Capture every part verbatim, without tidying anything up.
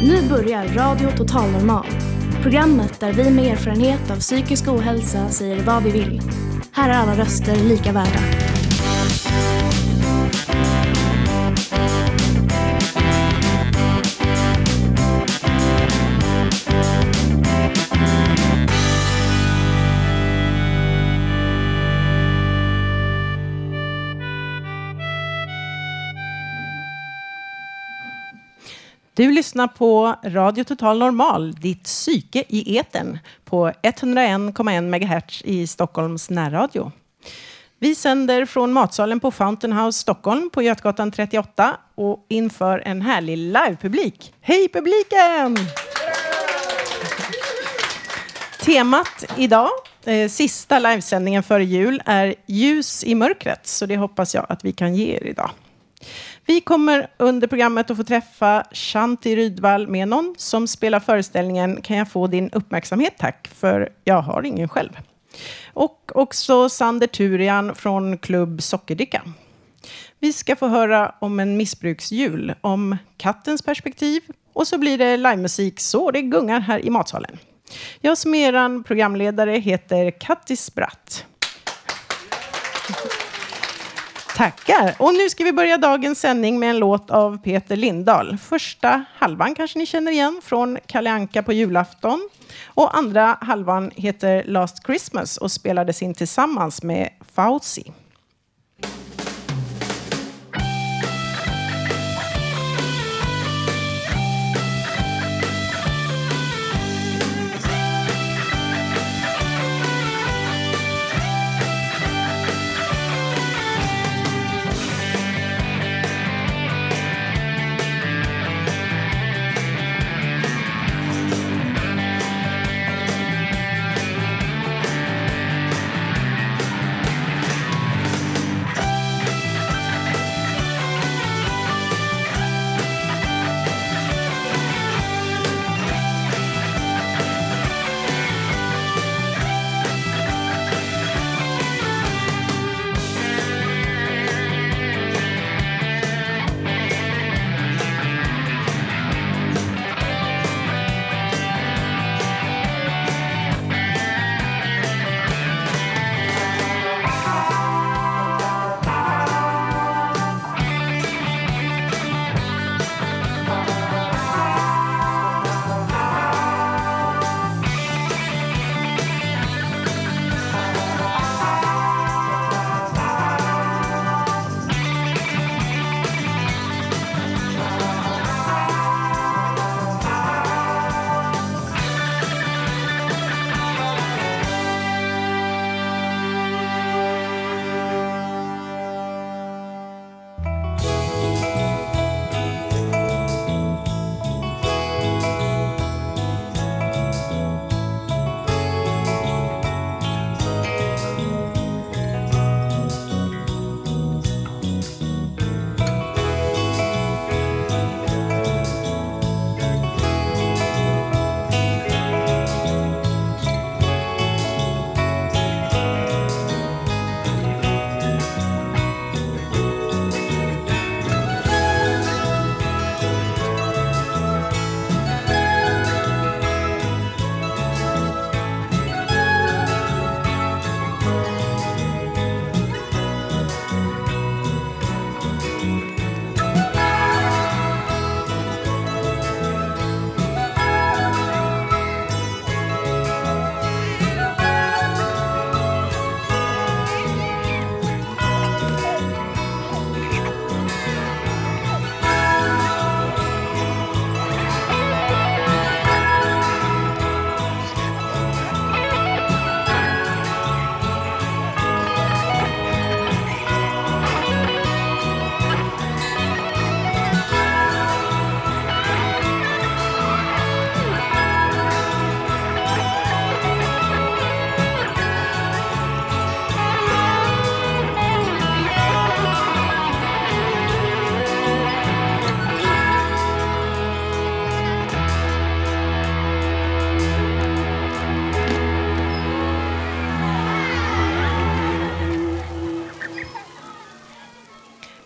Nu börjar Radio Total Normal. Programmet där vi med erfarenhet av psykisk ohälsa säger vad vi vill. Här är alla röster lika värda. Du lyssnar på Radio Total Normal, ditt psyke i etern på etthundraen komma en megahertz i Stockholms närradio. Vi sänder från matsalen på Fountain House Stockholm på Götgatan trettioåtta och inför en härlig livepublik. Hej publiken! Temat idag, eh, sista livesändningen före jul, är ljus i mörkret, så det hoppas jag att vi kan ge er idag. Vi kommer under programmet att få träffa Shanti Rydvall Menon som spelar föreställningen Kan jag få din uppmärksamhet tack, för jag har ingen själv. Och också Sander Turian från klubb Sockerdricka. Vi ska få höra om en missbruksjul, om kattens perspektiv och så blir det livemusik så det gungar här i matsalen. Jag som är eran programledare heter Kattis Bratt. Tackar. Och nu ska vi börja dagens sändning med en låt av Peter Lindahl. Första halvan kanske ni känner igen från Kalle Anka på julafton. Och andra halvan heter Last Christmas och spelades in tillsammans med Fauci.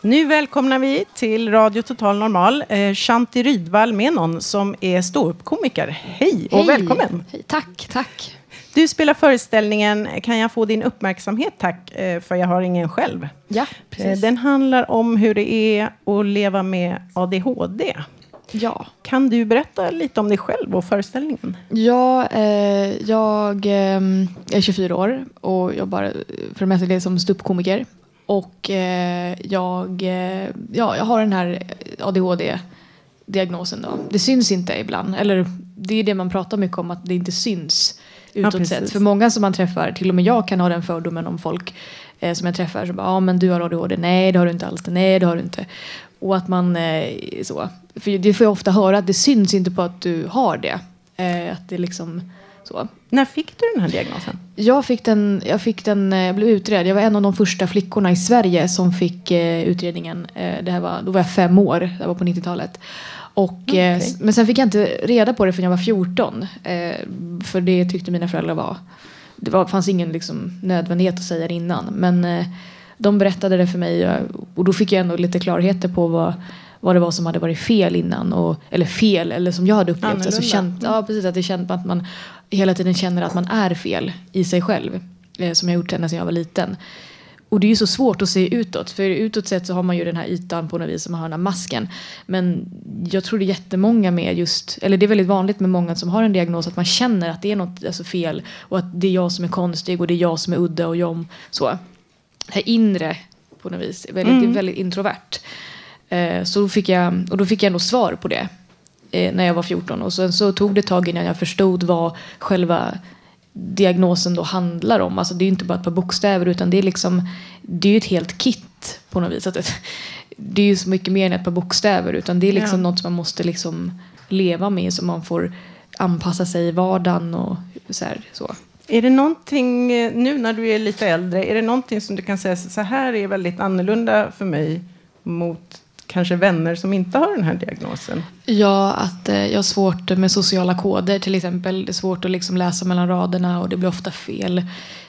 Nu välkomnar vi till Radio Total Normal eh, Shanti Rydvall med någon som är ståuppkomiker. Hej och Hej. välkommen. Hej. Tack, tack. Du spelar föreställningen Kan jag få din uppmärksamhet tack, eh, för jag har ingen själv. Ja, Eh, precis. Den handlar om hur det är att leva med A D H D. Ja, Kan du berätta lite om dig själv och föreställningen? ja eh, jag eh, är tjugofyra år och jobbar för det mesta som ståuppkomiker. Och eh, jag, eh, ja, jag har den här A D H D-diagnosen då. Det syns inte ibland. Eller det är det man pratar mycket om, att det inte syns utåt Ja, sett. För många som man träffar, till och med jag kan ha den fördomen om folk eh, som jag träffar. Så bara, ja men du har A D H D. Nej, det har du inte alls. Nej, det har du inte. Och att man eh, så. För det får jag ofta höra att det syns inte på att du har det. Eh, att det liksom så. När fick du den här diagnosen? Jag fick den, jag fick den, jag blev utredd. Jag var en av de första flickorna i Sverige som fick eh, utredningen. Eh, det här var, då var jag fem år, det var på nittiotalet. Och, Okay. eh, men sen fick jag inte reda på det förrän jag var fjorton. Eh, för det tyckte mina föräldrar var. Det var, fanns ingen liksom, nödvändighet att säga det innan. Men eh, de berättade det för mig. Och då fick jag ändå lite klarheter på vad, vad det var som hade varit fel innan. Och, eller fel, eller som jag hade upplevt. Alltså, känt, ja, precis, att det känt att man hela tiden känner att man är fel i sig själv. Eh, som jag gjort ända sedan jag var liten. Och det är ju så svårt att se utåt. För utåt sett så har man ju den här ytan på något vis som har den här masken. Men jag tror det är jättemånga med just... Eller det är väldigt vanligt med många som har en diagnos att man känner att det är något alltså fel. Och att det är jag som är konstig och det är jag som är udda och jag så. Det här inre på något vis. Väldigt, Mm. Det är väldigt introvert. Eh, så då fick jag, och då fick jag ändå svar på det. Eh, när jag var fjorton. Och sen så tog det tag innan jag förstod vad själva diagnosen då handlar om. Alltså det är ju inte bara ett par bokstäver utan det är liksom det är ju ett helt kit på något vis. Att det, det är ju så mycket mer än ett par bokstäver utan det är liksom Ja. något som man måste liksom leva med så man får anpassa sig i vardagen och så här så. Är det någonting, eh, nu när du är lite äldre, är det någonting som du kan säga så här är väldigt annorlunda för mig mot kanske vänner som inte har den här diagnosen? Ja, att eh, jag har svårt med sociala koder till exempel. Det är svårt att liksom läsa mellan raderna och det blir ofta fel.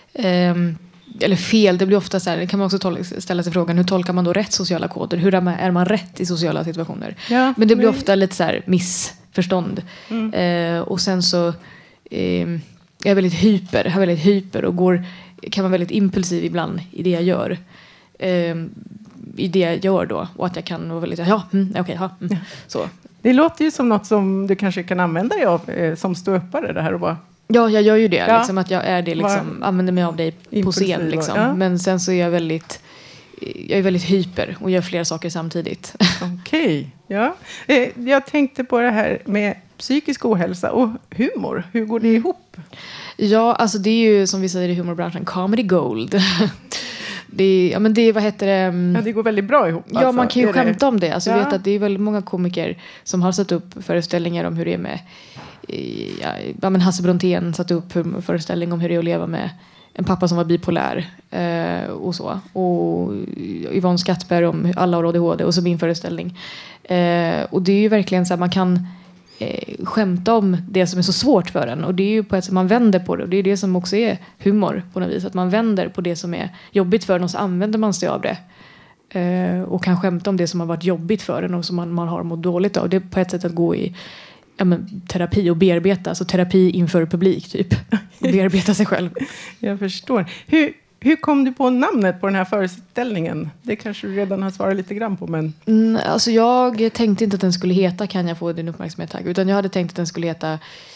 Ehm, eller fel, det blir ofta så här, det kan man också tol- ställa sig frågan, hur tolkar man då rätt sociala koder? Hur är man, är man rätt i sociala situationer? Ja, men det blir men- ofta lite så här missförstånd. Mm. Eh, och sen så ehm, jag är väldigt hyper, jag är väldigt hyper och går, kan vara väldigt impulsiv ibland i det jag gör. Ehm, i det jag gör då. Och att jag kan vara väldigt, ja, mm, okej, okay, ja, mm, så. Det låter ju som något som du kanske kan använda dig av eh, som ståuppare, det här och bara... Ja, jag gör ju det. Ja. Liksom, att jag är det, liksom, Var använder mig av det på impulsiv scen. och- Liksom. ja. Men sen så är jag väldigt, jag är väldigt hyper och gör flera saker samtidigt. Okej, ja. Eh, jag tänkte på det här med psykisk ohälsa och humor. Hur går det ihop? Ja, alltså det är ju som vi säger i humorbranschen, comedy gold. det är, ja men det är, vad heter det? mm, Ja, det går väldigt bra ihop. Ja, alltså. man kan ju Är det- skämta om det. Alltså, Ja. jag vet att det är väldigt många komiker som har satt upp föreställningar om hur det är med... eh, Ja, ja, men Hasse Brontén satte upp en föreställning om hur det är att leva med en pappa som var bipolär. Eh, och så. Och Yvonne Skattberg om alla har A D H D. Och så min föreställning. Eh, och det är ju verkligen så att man kan eh, skämta om det som är så svårt för en. Och det är ju på ett sätt man vänder på det. Och det är det som också är humor på något vis. Att man vänder på det som är jobbigt för en och så använder man sig av det. Eh, och kan skämta om det som har varit jobbigt för en och som man, man har mått dåligt av. Det är på ett sätt att gå i ja, men, terapi och bearbeta. Alltså terapi inför publik typ. Och bearbeta sig själv. Jag förstår. Hur, hur kom du på namnet på den här föreställningen? Det kanske du redan har svarat lite grann på, men... Mm, alltså jag tänkte inte att den skulle heta Kan jag få din uppmärksamhet tack? Utan jag hade tänkt att den skulle heta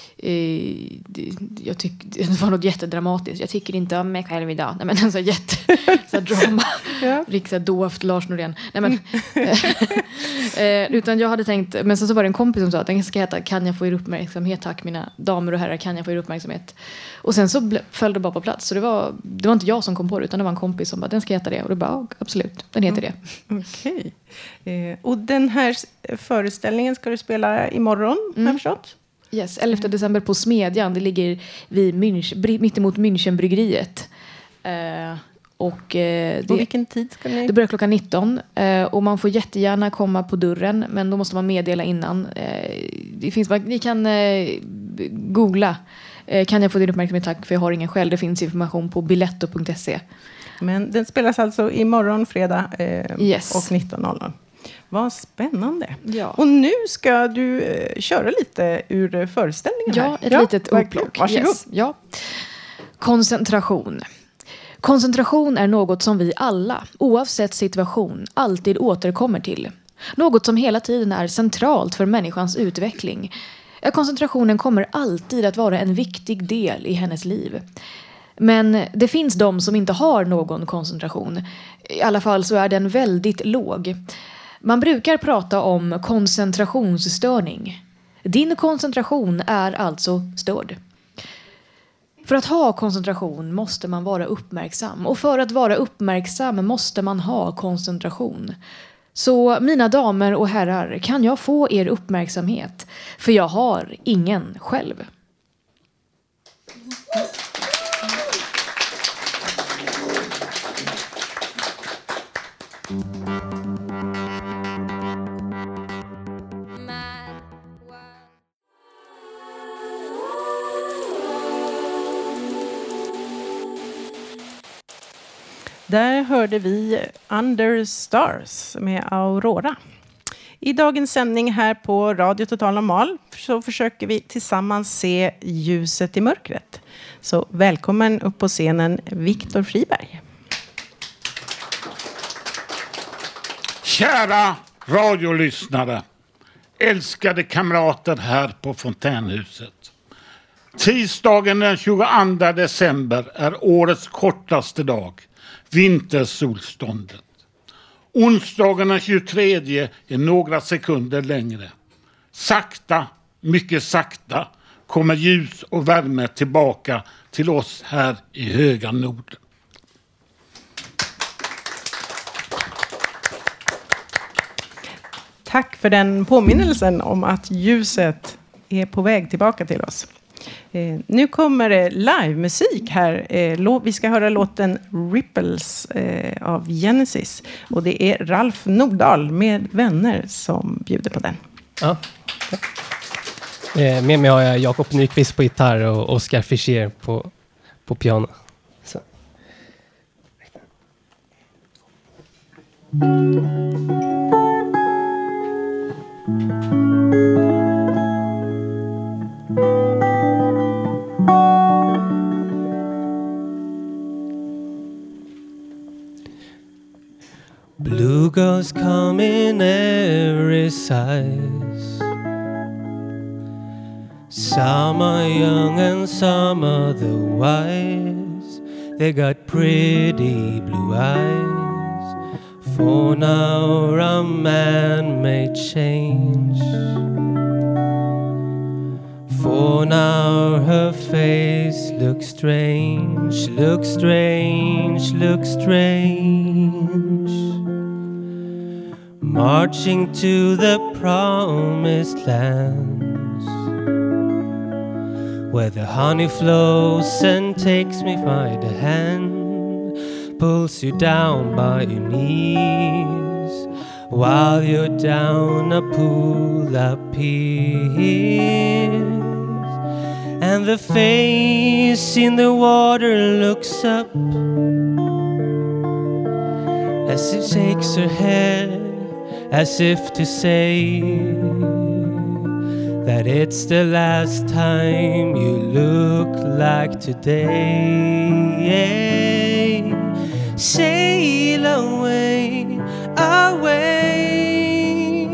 eh, jag tyck, det var något jättedramatiskt. Jag tycker inte om mig själv idag. Nej, men en sån jätte så här drama. Ja. Riktigt dovt Lars Norén. Nej, men, eh, utan jag hade tänkt, men sen så var det en kompis som sa att den ska heta Kan jag få er uppmärksamhet tack mina damer och herrar, kan jag få er uppmärksamhet? Och sen så ble, föll det bara på plats. Så det var, det var inte jag som kom på det utan det var en kompis som bara, den ska heta det. Och det bara, ja, absolut, den heter det. Okej. Eh, och den här s- föreställningen ska du spela imorgon, har jag förstått? Yes, elfte december på Smedjan. Det ligger vid München, bry- mitt emot Münchenbryggeriet. Eh, och eh, Och det, vilken tid ska ni... det börjar klockan nitton. Eh, och man får jättegärna komma på dörren. Men då måste man meddela innan. Eh, det finns, ni kan eh, googla. Eh, kan jag få din uppmärksamhet tack för jag har ingen själv. Det finns information på biletto punkt se. Men den spelas alltså imorgon fredag eh, Yes. och nitton noll noll. Vad spännande. Ja. Och nu ska du eh, köra lite ur föreställningen här. Ja, ett litet vad- upplock. Varsågod. Yes. Ja. Koncentration. Koncentration är något som vi alla, oavsett situation, alltid återkommer till. Något som hela tiden är centralt för människans utveckling. Ja, koncentrationen kommer alltid att vara en viktig del i hennes liv. Men det finns de som inte har någon koncentration. I alla fall så är den väldigt låg. Man brukar prata om koncentrationsstörning. Din koncentration är alltså störd. För att ha koncentration måste man vara uppmärksam. Och för att vara uppmärksam måste man ha koncentration. Så mina damer och herrar, kan jag få er uppmärksamhet? För jag har ingen själv. Där hörde vi Under Stars med Aurora. I dagens sändning här på Radio Total Normal så försöker vi tillsammans se ljuset i mörkret. Så välkommen upp på scenen Viktor Friberg. Kära radiolyssnare, älskade kamrater här på Fontänhuset. Tisdagen den tjugoandra december är årets kortaste dag, vintersolståndet. Onsdagen den tjugotredje är några sekunder längre. Sakta, mycket sakta, kommer ljus och värme tillbaka till oss här i höga Norden. Tack för den påminnelsen om att ljuset är på väg tillbaka till oss. Eh, nu kommer det livemusik här. Eh, lo- vi ska höra låten Ripples eh, av Genesis. Och det är Ralf Nordahl med vänner som bjuder på den. Ja. Eh, med mig har jag Jakob Nyqvist på gitarr och Oskar Fischer på, på piano. Så. Blue ghosts come in every size. Some are young and some are the wise. They got pretty blue eyes. For now a man may change. For now her face looks strange, looks strange, looks strange. Marching to the promised lands, where the honey flows and takes me by the hand, pulls you down by your knees, while you're down a pool appears, and the face in the water looks up, as it shakes her head, as if to say that it's the last time you look like today. Sail away, away.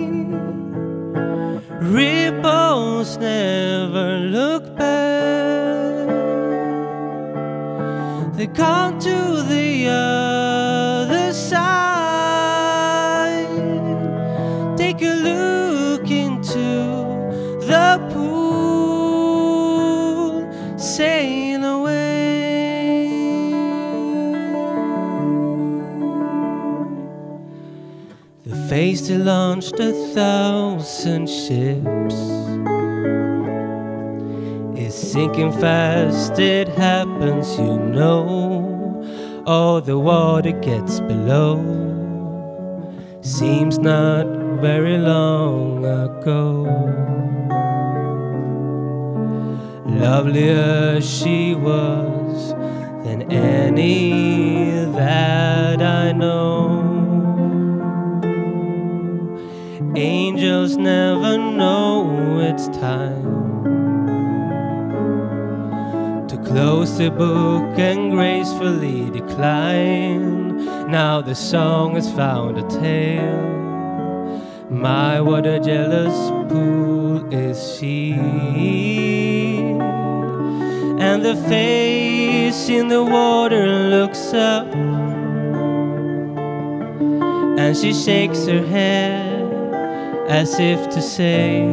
Ripples never look back. They come to the other side. Take a look into the pool, sail away. The face that launched a thousand ships is sinking fast, it happens, you know. All the water gets below. Seems not very long ago. Lovely as she was, the than any that I know. Angels never know it's time to close the book and gracefully decline. Now the song has found a tale. My, what a jealous pool is she. And the face in the water looks up, and she shakes her head as if to say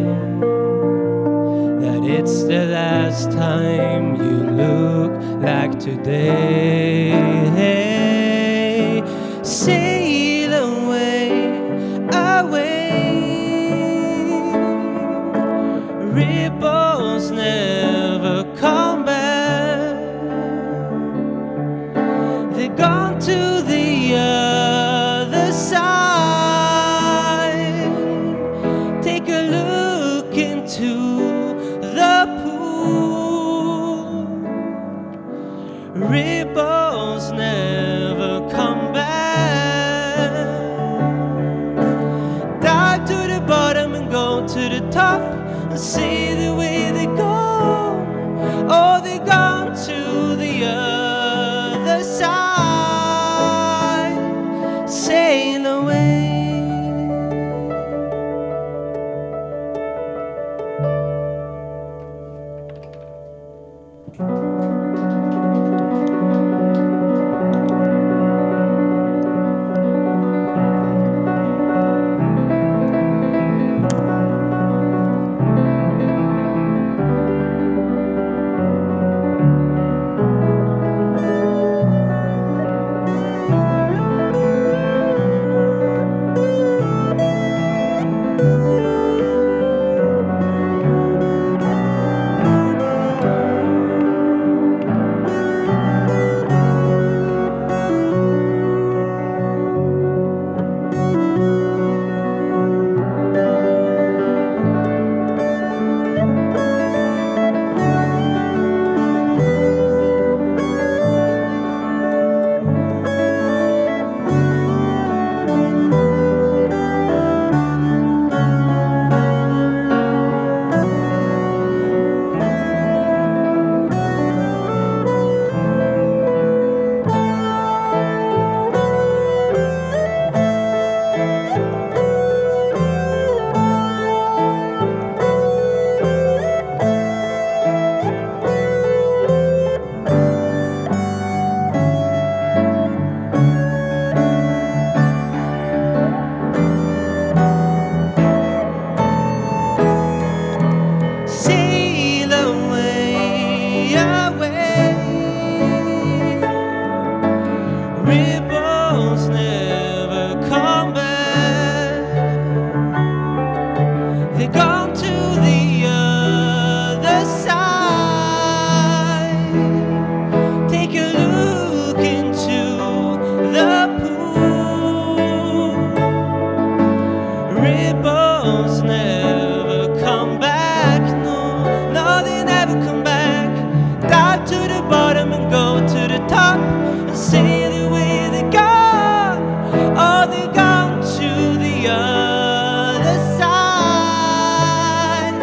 that it's the last time you look like today. Sail away, away. Ripples never come back. They're gone to the other side. Take a look into the pool. Ripples never come back. Dive to the bottom and go to the top and see the way they go. Oh, they gone to the other side. Sail away. Sail away, away. Ripples never come back. They're gone to the other side. Take a look into the pool. Ripples never come back. No, they never come back. Dive to the bottom and go to the top and see the way they go. Oh, they gone to the other side.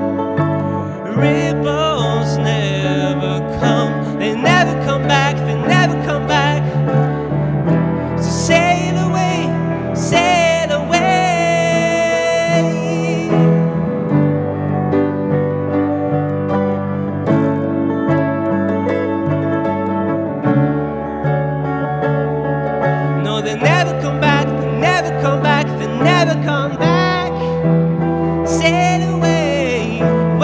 Ripples never come. They never come back. They never come back. So sail away, sail away. No, they never come back, they never come back, they never come back. Sail away,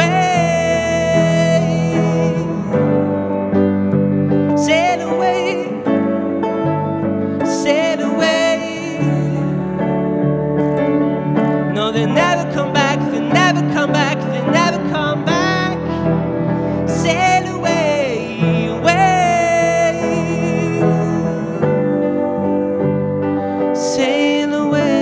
away. Sail away, sail away. No, they never come back, they never come back, they never come back. Sail away, away. Sail away.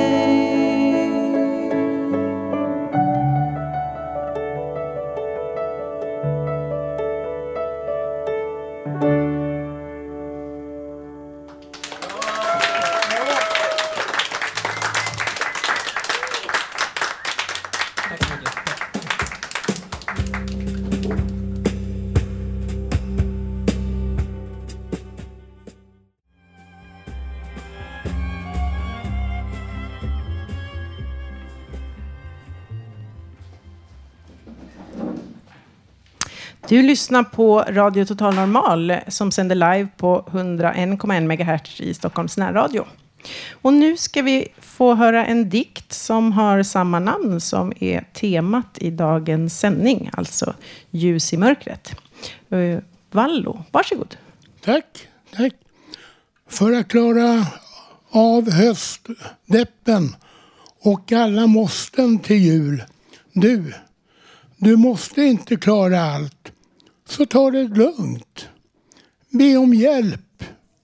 Du lyssnar på Radio Total Normal som sänder live på hundraen komma en megahertz i Stockholms närradio. Och nu ska vi få höra en dikt som har samma namn som är temat i dagens sändning, alltså Ljus i mörkret. Uh, Vallo, varsågod. Tack, tack. För att klara av höstdeppen och alla måsten till jul. Du, du måste inte klara allt. Så ta det lugnt. Be om hjälp.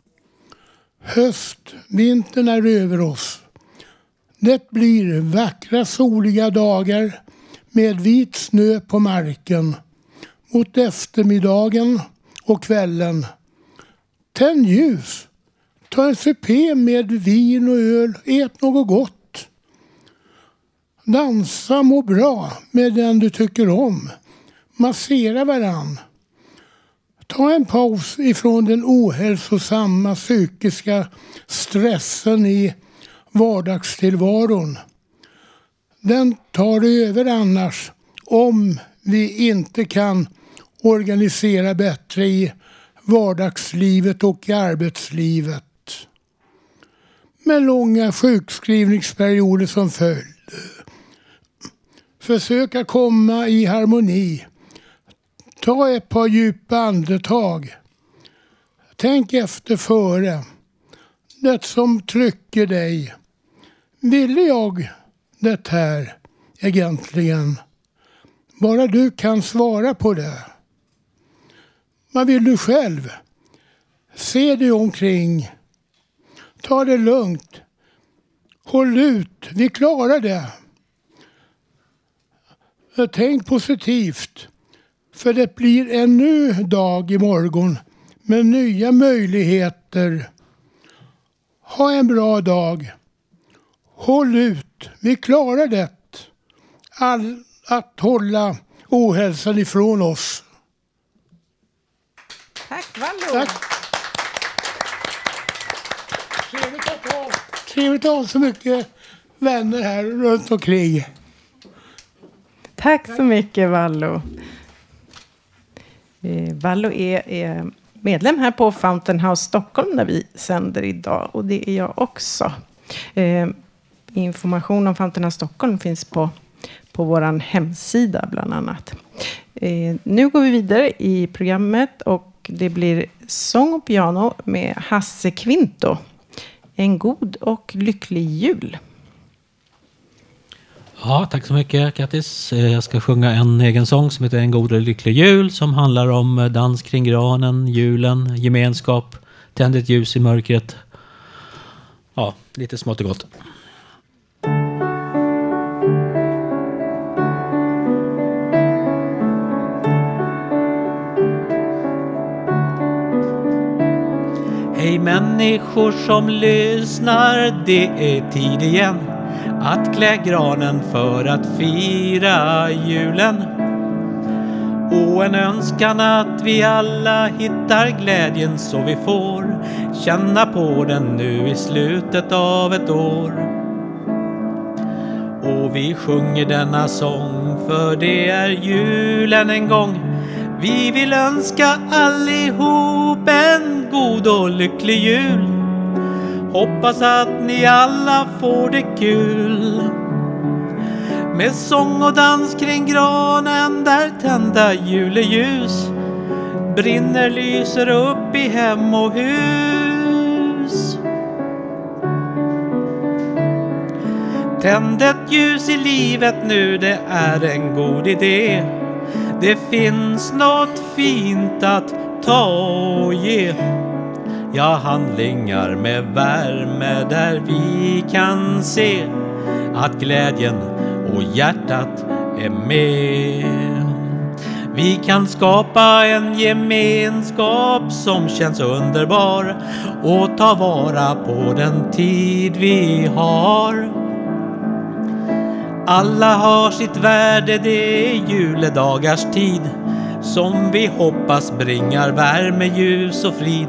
Höst, vintern är över oss. Det blir vackra soliga dagar med vit snö på marken. Mot eftermiddagen och kvällen. Tänd ljus. Ta en supé med vin och öl. Ät något gott. Dansa må bra med den du tycker om. Massera varann. Ta en paus ifrån den ohälsosamma psykiska stressen i vardagstillvaron. Den tar över annars om vi inte kan organisera bättre i vardagslivet och i arbetslivet. Med långa sjukskrivningsperioder som följd. Försöka komma i harmoni. Ta ett par djupa andetag. Tänk efter före. Det som trycker dig. Ville jag det här egentligen? Bara du kan svara på det. Vad vill du själv? Se dig omkring. Ta det lugnt. Håll ut. Vi klarar det. Tänk positivt. För det blir en ny dag imorgon med nya möjligheter. Ha en bra dag. Håll ut. Vi klarar det. All, att hålla ohälsan ifrån oss. Tack, Vallo. Tack. Trevligt att ha, trevligt att ha så mycket vänner här runt omkring. Tack så mycket, Vallo. Eh, Vallo är, är medlem här på Fountain House Stockholm där vi sänder idag. Och det är jag också. Eh, information om Fountain House Stockholm finns på, på vår hemsida bland annat. Eh, nu går vi vidare i programmet och det blir sång och piano med Hasse Kvinto. En god och lycklig jul. Ja, tack så mycket Kattis. Jag ska sjunga en egen sång som heter En god och lycklig jul som handlar om dans kring granen, julen, gemenskap, tänd ett ljus i mörkret. Ja, lite smått och gott. Hej människor som lyssnar, det är tid igen att klä granen för att fira julen. Och en önskan att vi alla hittar glädjen så vi får känna på den nu i slutet av ett år. Och vi sjunger denna sång för det är julen en gång. Vi vill önska allihop en god och lycklig jul. Hoppas att ni alla får det kul. Med sång och dans kring granen där tända juleljus brinner, lyser upp i hem och hus. Tänd ett ljus i livet nu, det är en god idé. Det finns något fint att ta och ge. Ja, handlingar med värme där vi kan se att glädjen och hjärtat är med. Vi kan skapa en gemenskap som känns underbar och ta vara på den tid vi har. Alla har sitt värde, det är juledagars tid som vi hoppas bringar värme, ljus och frid.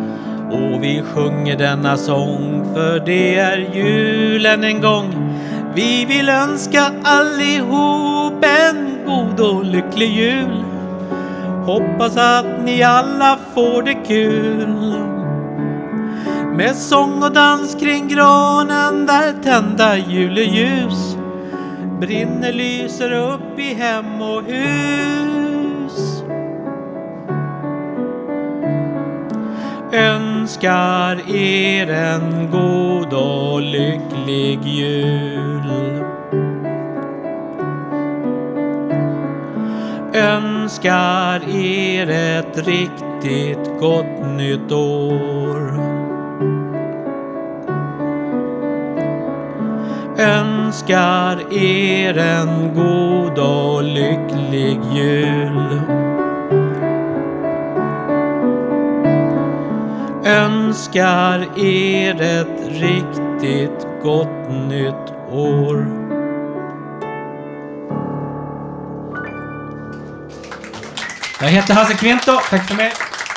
Och vi sjunger denna sång för det är julen en gång. Vi vill önska allihop en god och lycklig jul. Hoppas att ni alla får det kul. Med sång och dans kring granen där tända juleljus brinner, lyser upp i hem och hus. Önskar er en god och lycklig jul. Önskar er ett riktigt gott nytt år. Önskar er en god och lycklig jul. Önskar er ett riktigt gott nytt år. Jag heter Hasse Kvinto. Tack för mig.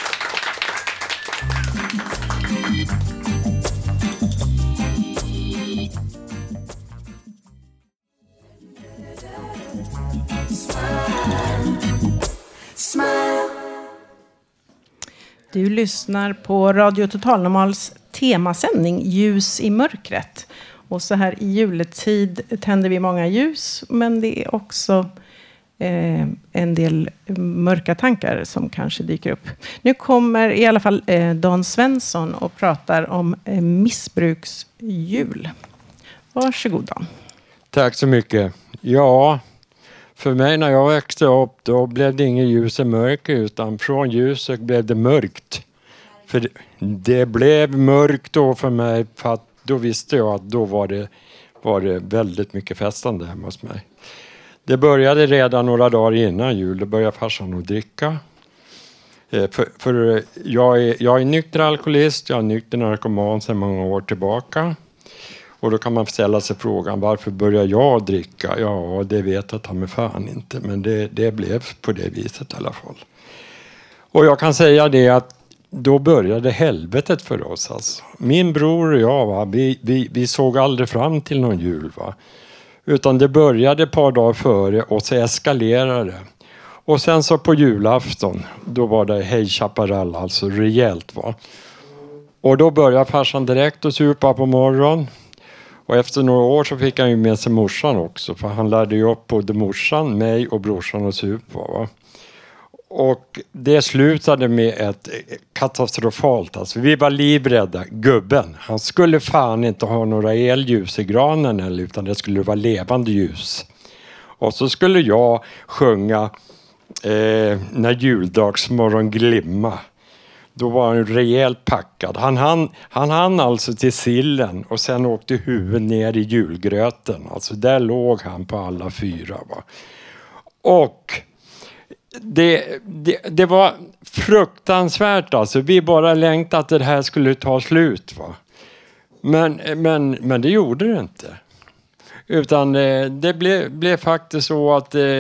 Du lyssnar på Radio Total Normals temasändning Ljus i mörkret. Och så här i juletid tänder vi många ljus, men det är också eh, en del mörka tankar som kanske dyker upp. Nu kommer i alla fall eh, Dan Svensson och pratar om eh, missbruksjul. Varsågod Dan. Tack så mycket. Ja, för mig när jag växte upp då blev det ingen ljus i mörker, utan från ljuset blev det mörkt. För det, det blev mörkt då för mig, för att då visste jag att då var det, var det väldigt mycket festande hemma hos mig. Det började redan några dagar innan jul, då började farsan att dricka. Eh, för för jag, är, jag är nykter alkoholist, jag är nykter narkoman sedan många år tillbaka. Och då kan man ställa sig frågan, varför börjar jag dricka? Ja, det vet jag ta mig fan inte. Men det, det blev på det viset i alla fall. Och jag kan säga det att då började helvetet för oss. Alltså. Min bror och jag, va, vi, vi, vi såg aldrig fram till någon jul. Va? Utan det började ett par dagar före och så eskalerade det. Och sen så på julafton, då var det hej chaparral, alltså rejält. Va? Och då började farsan direkt att supa på morgonen. Och efter några år så fick han ju med sig morsan också. För han lärde ju upp både morsan, mig och brorsan och supa. Va? Och det slutade med ett katastrofalt. Alltså, vi var livrädda. Gubben, han skulle fan inte ha några elljus i granen. Eller, utan det skulle vara levande ljus. Och så skulle jag sjunga eh, när juldagsmorgon glimma. Då var han rejält packad. Han hann, han hann alltså till sillen och sen åkte huvudet ner i julgröten. Alltså där låg han på alla fyra. Va? Och det, det, det var fruktansvärt. Alltså. Vi bara längtade att det här skulle ta slut. Va? Men, men, men det gjorde det inte. Utan det, det blev, blev faktiskt så att... Eh,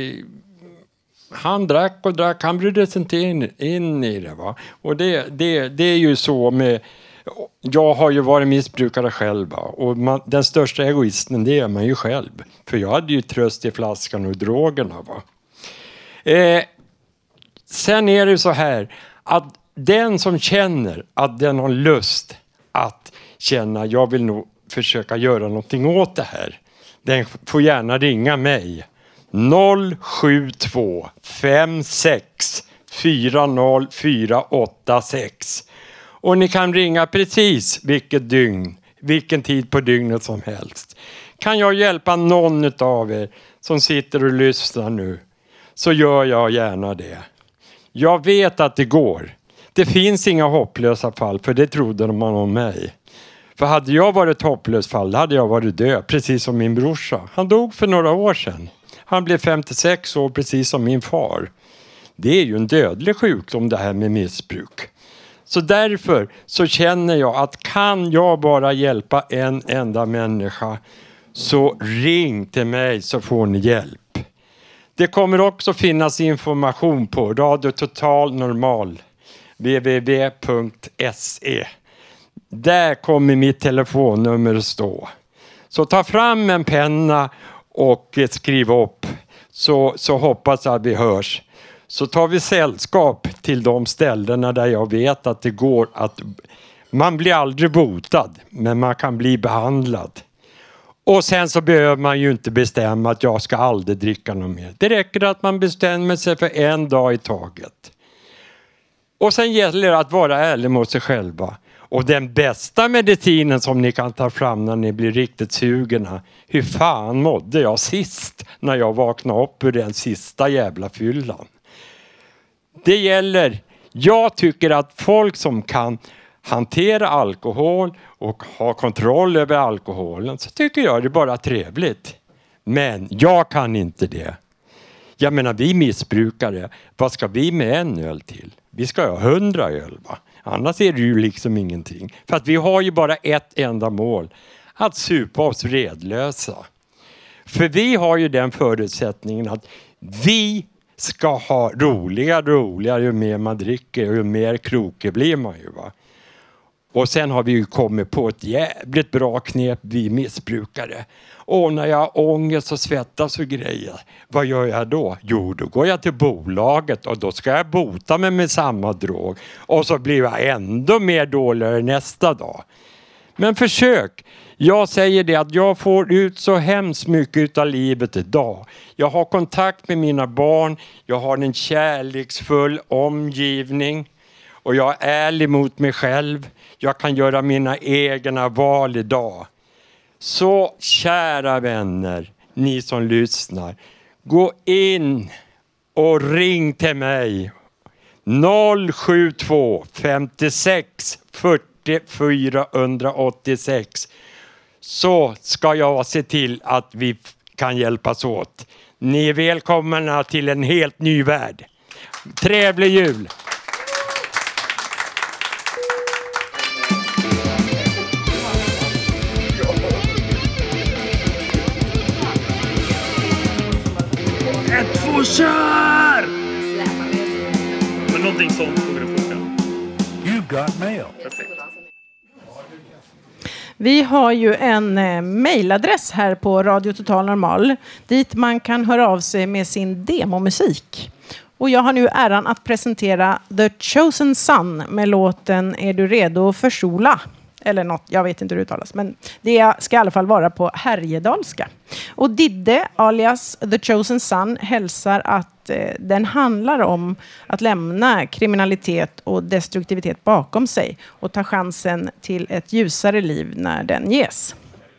Han drack och drack, han brydde sig inte in, in i det. Va? Och det, det, det är ju så med... Jag har ju varit missbrukare själv. Va? Och man, den största egoisten, det är man ju själv. För jag hade ju tröst i flaskan och drogerna. Va? Eh, sen är det så här att den som känner att den har lust att känna jag vill nog försöka göra någonting åt det här. Den får gärna ringa mig. noll sju två fem sex fyra noll fyra åtta sex. Och ni kan ringa precis vilket dygn, vilken tid på dygnet som helst. Kan jag hjälpa någon av er som sitter och lyssnar nu, så gör jag gärna det. Jag vet att det går. Det finns inga hopplösa fall, för det trodde man om mig. För hade jag varit ett hopplöst fall, hade jag varit död, precis som min brorsa. Han dog för några år sedan. Han blev femtiosex år, precis som min far. Det är ju en dödlig sjukdom det här med missbruk. Så därför så känner jag att kan jag bara hjälpa en enda människa, så ring till mig så får ni hjälp. Det kommer också finnas information på Radio Total Normal, w w w punkt se. Där kommer mitt telefonnummer stå. Så ta fram en penna och skriv upp, så, så hoppas jag att vi hörs. Så tar vi sällskap till de ställena där jag vet att det går att... Man blir aldrig botad, men man kan bli behandlad. Och sen så behöver man ju inte bestämma att jag ska aldrig dricka något mer. Det räcker att man bestämmer sig för en dag i taget. Och sen gäller det att vara ärlig mot sig själva. Och den bästa medicinen som ni kan ta fram när ni blir riktigt sugna. Hur fan mådde jag sist när jag vaknade upp ur den sista jävla fyllan? Det gäller, jag tycker att folk som kan hantera alkohol och ha kontroll över alkoholen, så tycker jag det är bara trevligt. Men jag kan inte det. Jag menar, vi missbrukare, vad ska vi med en öl till? Vi ska ha hundra öl, va? Annars är det ju liksom ingenting. För att vi har ju bara ett enda mål. Att supa oss redlösa. För vi har ju den förutsättningen att vi ska ha roligare och roligare ju mer man dricker och ju mer krokig blir man ju, va? Och sen har vi ju kommit på ett jävligt bra knep, vi missbrukare. Och när jag har ångest och svettas och grejer, vad gör jag då? Jo, då går jag till bolaget och då ska jag bota mig med samma drog. Och så blir jag ändå mer dåligare nästa dag. Men försök. Jag säger det att jag får ut så hemskt mycket av livet idag. Jag har kontakt med mina barn. Jag har en kärleksfull omgivning. Och jag är ärlig mot mig själv. Jag kan göra mina egna val idag. Så kära vänner, ni som lyssnar. Gå in och ring till mig. noll sju två femtiosex fyrtio fyrahundraåttiosex. Så ska jag se till att vi kan hjälpas åt. Ni är välkomna till en helt ny värld. Trevlig jul! Ett, två, kör! Men någonting sånt kommer det funka. You got mail. Perfekt. Vi har ju en eh, mejladress här på Radio Total Normal dit man kan höra av sig med sin demomusik. Och jag har nu äran att presentera The Chosen Son med låten Är du redo för sola? Eller något, jag vet inte hur det uttalas. Men det ska i alla fall vara på härjedalska. Och Didde, alias The Chosen Son, hälsar att eh, den handlar om att lämna kriminalitet och destruktivitet bakom sig. Och ta chansen till ett ljusare liv när den ges.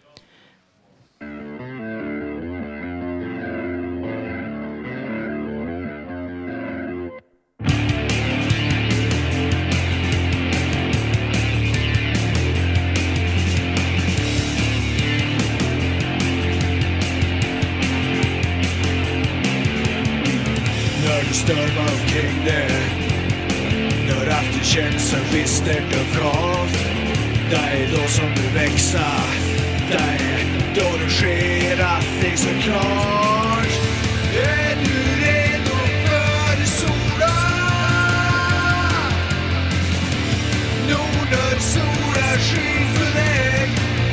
Storm omkring det når alltid känns bistert och gravt. Det är då som du växer. Det är då det sker allting så klart. Är du redo för sola? Nu när solen skiner för dig.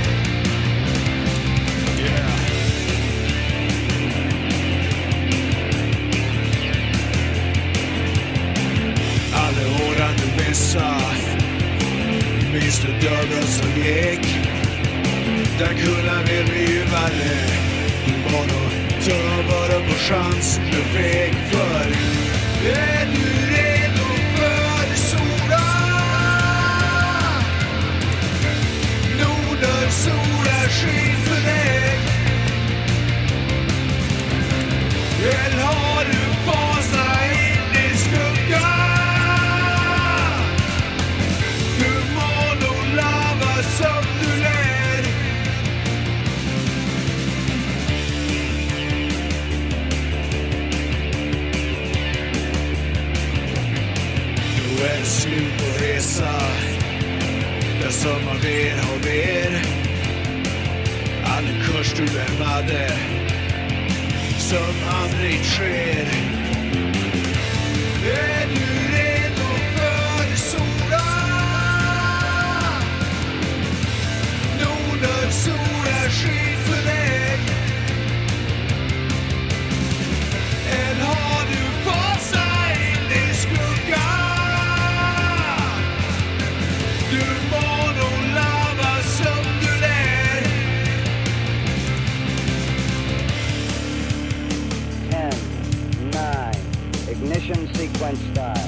Yeah. Alla åren du missat, minns du dörren som gick. Där kunde vi riva det. Du bara ta bara på chansen du fick. För är du redo för sola? Nu när solen skiner för dig. Eller har du fasat in i skuggan? Som du lär. Nu är det slut på resa. Där som man ber och ber. All kurs du lämnade som aldrig sker. Är du redo för sola? När solen skiner Ignition sequence start.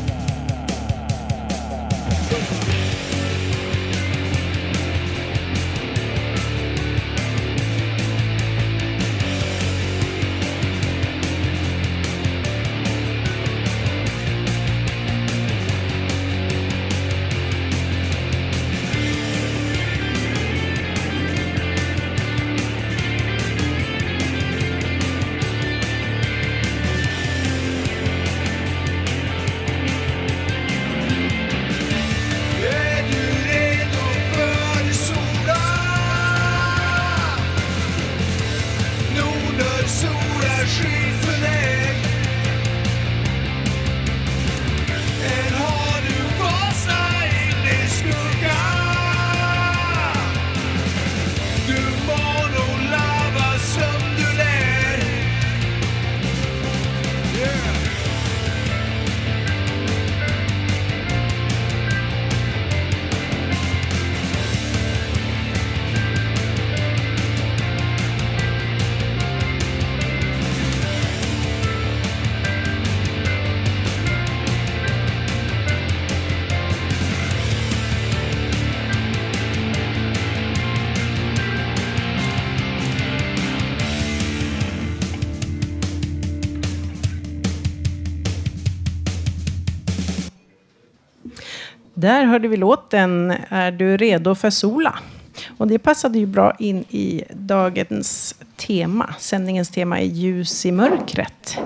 Där hörde vi låten Är du redo för sola? Och det passade ju bra in i dagens tema. Sändningens tema är ljus i mörkret.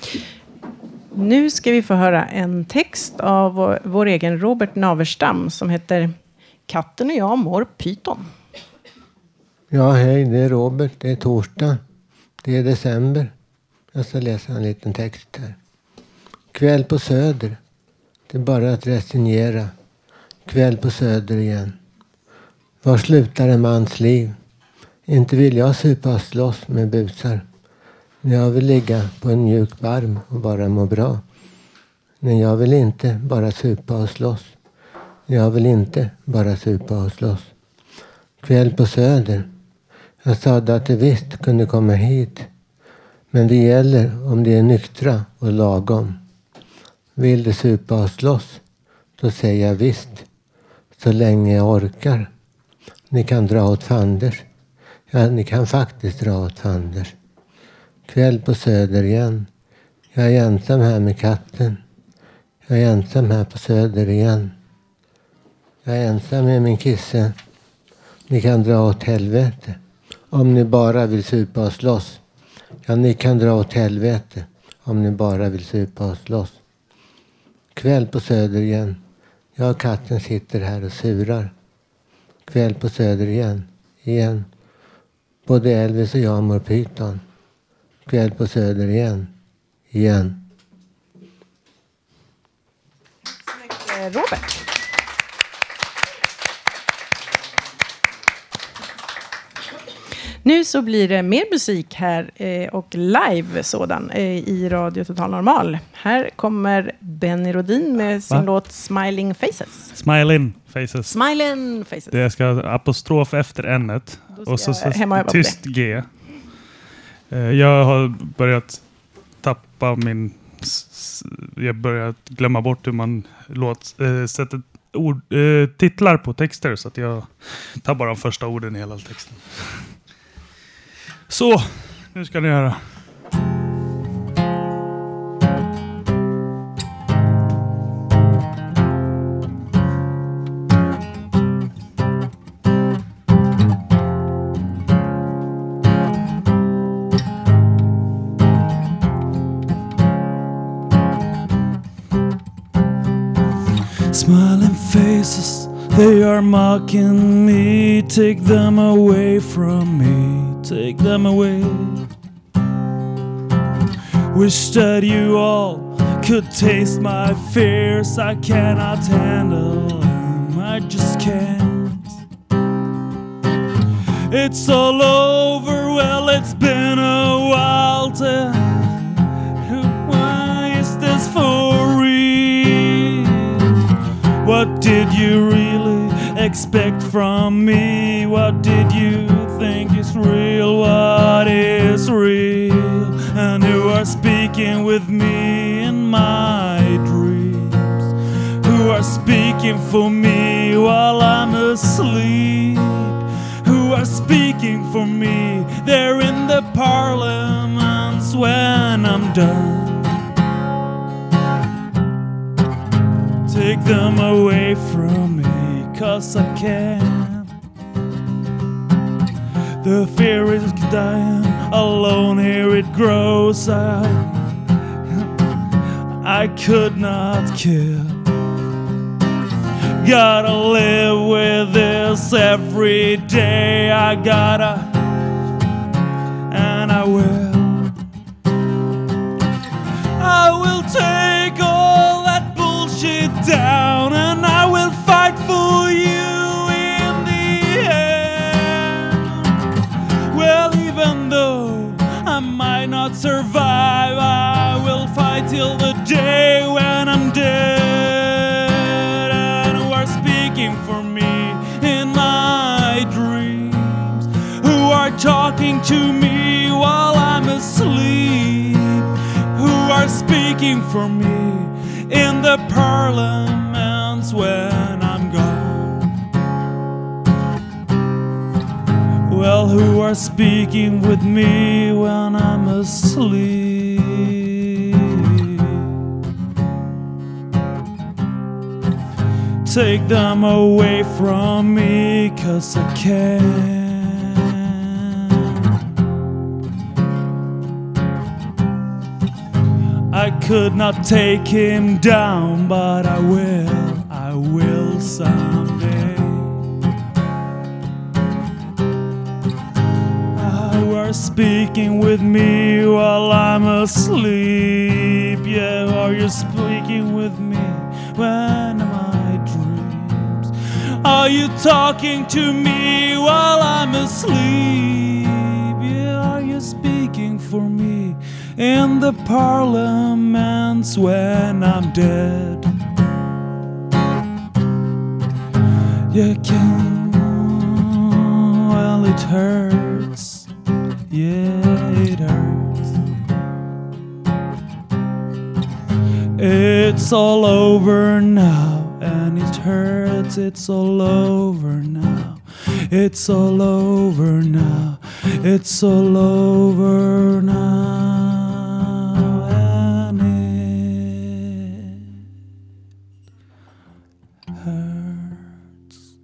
Nu ska vi få höra en text av vår, vår egen Robert Naverstam som heter Katten och jag mår pyton. Ja, hej, det är Robert. Det är torsdag. Det är december. Jag ska läsa en liten text här. Kväll på Söder. Det är bara att resignera. Kväll på Söder igen. Var slutar en mans liv? Inte vill jag supa och slåss med busar. När jag vill ligga på en mjuk barm och bara må bra. När jag vill inte bara supa och slåss. När jag vill inte bara supa och slåss. Kväll på Söder. Jag sa att det visst kunde komma hit. Men det gäller om det är nyktra och lagom. Vill du supa och slåss? Då säger jag visst. Så länge jag orkar. Ni kan dra åt fanders. Ja, ni kan faktiskt dra åt fanders. Kväll på Söder igen. Jag är ensam här med katten. Jag är ensam här på Söder igen. Jag är ensam med min kisse. Ni kan dra åt helvete. Om ni bara vill supa och slåss. Ja, ni kan dra åt helvete. Om ni bara vill supa och slåss. Kväll på Söder igen. Jag och katten sitter här och surar. Kväll på Söder igen. Igen. Både Elvis och jag mår pyton. Kväll på Söder igen. Igen. Robert. Nu så blir det mer musik här eh, och live sådan eh, i Radio Total Normal. Här kommer Benny Rodin med sin Va? låt Smiling Faces. Smiling Faces. Smiling Faces. Det ska apostrof efter n-et och så, så tyst g. Eh, jag har börjat tappa min... Jag börjat glömma bort hur man låt, äh, sätter ord, äh, titlar på texter så att jag tar bara de första orden i hela texten. Så, nu ska ni höra. Smiling faces, they are mocking me. Take them away from me. Take them away. Wish that you all could taste my fears. I cannot handle them, I just can't. It's all over, well it's been a while to... Why is this for real? What did you really expect from me? What did you think is real? What is real? And you are speaking with me in my dreams, who are speaking for me while I'm asleep, who are speaking for me. They're in the parliaments when I'm done. Take them away from me, 'cause I can't. The fear is dying, alone here it grows. I, I could not kill. Gotta live with this every day. I gotta, and I will. I will take all that bullshit down, and I will fight for you in the end. Well, even though I might not survive, I will fight till the day when I'm dead. And who are speaking for me in my dreams, who are talking to me while I'm asleep, who are speaking for me in the parliaments when I'm gone. Well, who are speaking with me when I'm asleep? Take them away from me, 'cause I can't. I could not take him down, but I will, I will someday. You are speaking with me while I'm asleep. Yeah, are you speaking with me when my dreams? Are you talking to me while I'm asleep? Yeah, are you speaking for me in the parliaments when I'm dead? You can, well, it hurts. Yeah, it hurts. It's all over now, and it hurts. It's all over now. It's all over now. It's all over now, and it hurts.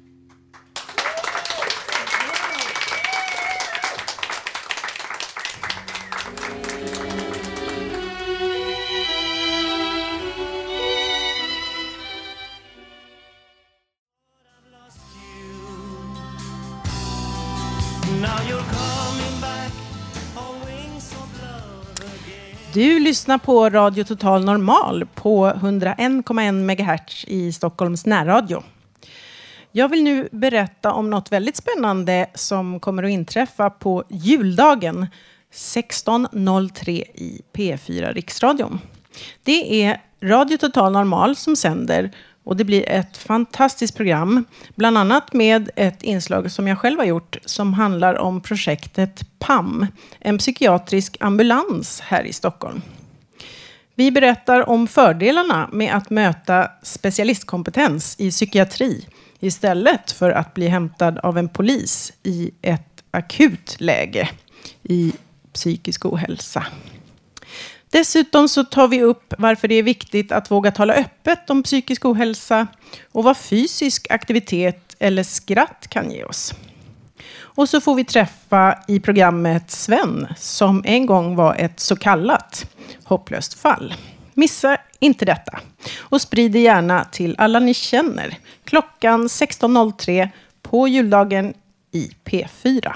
Du lyssnar på Radio Total Normal på hundraen komma en megahertz i Stockholms närradio. Jag vill nu berätta om något väldigt spännande som kommer att inträffa på juldagen sexton noll tre i P fyra Riksradion. Det är Radio Total Normal som sänder, och det blir ett fantastiskt program, bland annat med ett inslag som jag själv har gjort som handlar om projektet P A M, en psykiatrisk ambulans här i Stockholm. Vi berättar om fördelarna med att möta specialistkompetens i psykiatri istället för att bli hämtad av en polis i ett akut läge i psykisk ohälsa. Dessutom så tar vi upp varför det är viktigt att våga tala öppet om psykisk ohälsa och vad fysisk aktivitet eller skratt kan ge oss. Och så får vi träffa i programmet Sven som en gång var ett så kallat hopplöst fall. Missa inte detta och sprid det gärna till alla ni känner klockan sexton noll tre på juldagen i P fyra.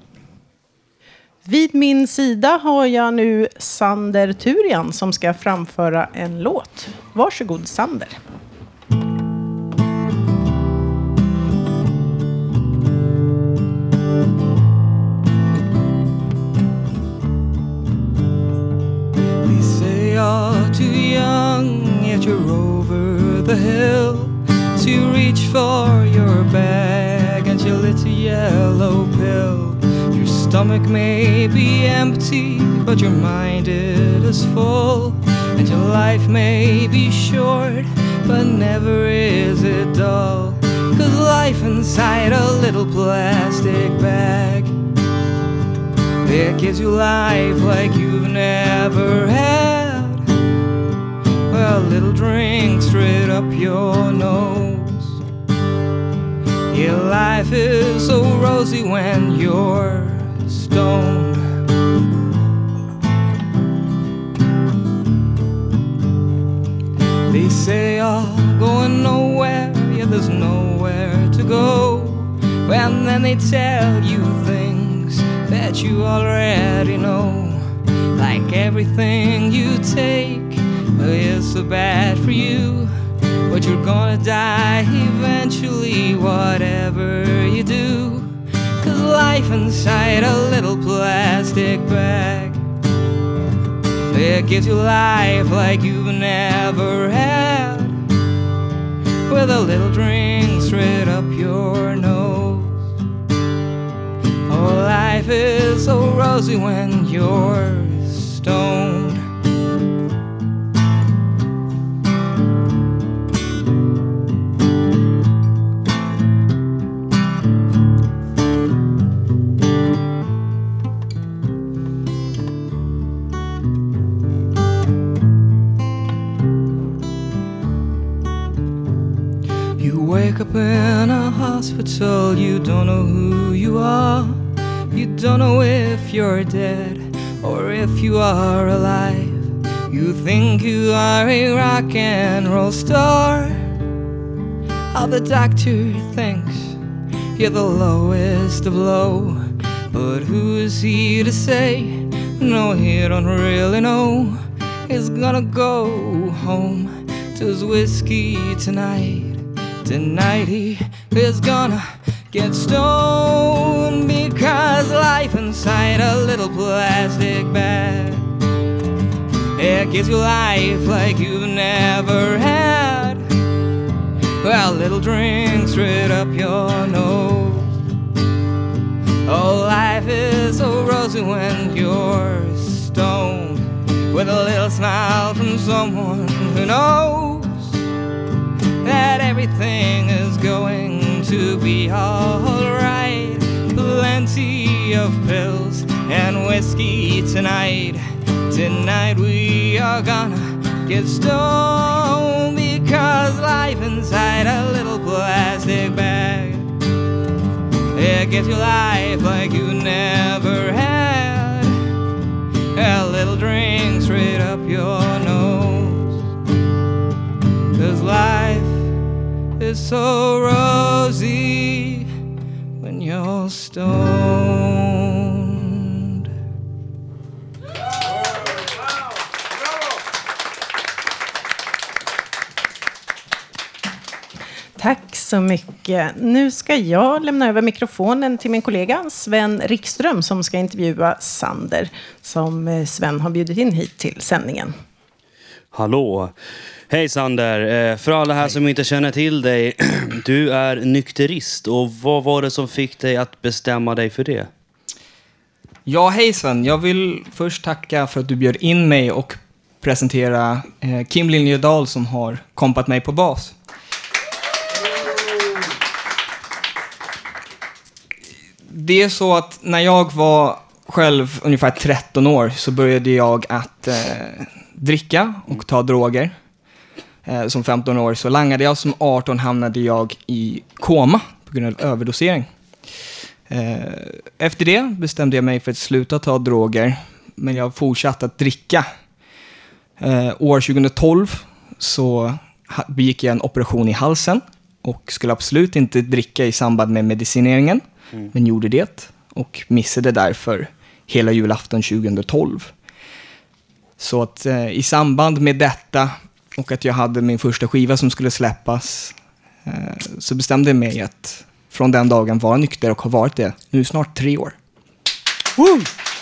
Vid min sida har jag nu Sander Turian som ska framföra en låt. Varsågod Sander. They say you're too young, yet you're over the hill. So you reach for your bag and your little yellow pill. Stomach may be empty, but your mind it is full. And your life may be short, but never is it dull. 'Cause life inside a little plastic bag, it gives you life like you've never had. A little drink straight up your nose. Your life is so rosy when you're stoned. They say you're going nowhere, yeah, there's nowhere to go. And then they tell you things that you already know. Like everything you take is so bad for you, but you're gonna die eventually, whatever you do. 'Cause life inside a little plastic bag, it gives you life like you've never had. With a little drink straight up your nose. Oh, life is so rosy when you're stoned. Wake up in a hospital, you don't know who you are. You don't know if you're dead or if you are alive. You think you are a rock and roll star. All the doctor thinks you're the lowest of low. But who is he to say? No, he don't really know. He's gonna go home to his whiskey tonight. Tonight he is gonna get stoned, because life inside a little plastic bag, it gives you life like you've never had. Well, little drink straight up your nose. Oh, life is so rosy when you're stoned, with a little smile from someone who knows that everything is going to be alright. Plenty of pills and whiskey tonight. Tonight we are gonna get stoned, because life inside a little plastic bag, it gives you life like you never had. A little drink straight up your nose. 'Cause life is so rosy when you're stoned. Tack så mycket. Nu ska jag lämna över mikrofonen till min kollega Sven Rickström, som ska intervjua Sander, som Sven har bjudit in hit till sändningen. Hallå. Hej Sander, för alla här som inte känner till dig, du är nykterist, och vad var det som fick dig att bestämma dig för det? Ja, hej Sven, jag vill först tacka för att du bjöd in mig och presentera Kim Liljedahl som har kompat mig på bas. Det är så att när jag var själv ungefär tretton år så började jag att eh, dricka och ta droger. Eh, som femton år så langade jag, som arton hamnade jag i koma på grund av överdosering. Eh, efter det bestämde jag mig för att sluta ta droger, men jag fortsatte att dricka. Eh, år tjugohundratolv så begick jag en operation i halsen och skulle absolut inte dricka i samband med medicineringen. Mm. Men gjorde det och missade därför hela julafton tjugohundratolv. Så att eh, i samband med detta och att jag hade min första skiva som skulle släppas, eh, så bestämde jag mig att från den dagen vara nykter, och har varit det nu snart tre år. Woo!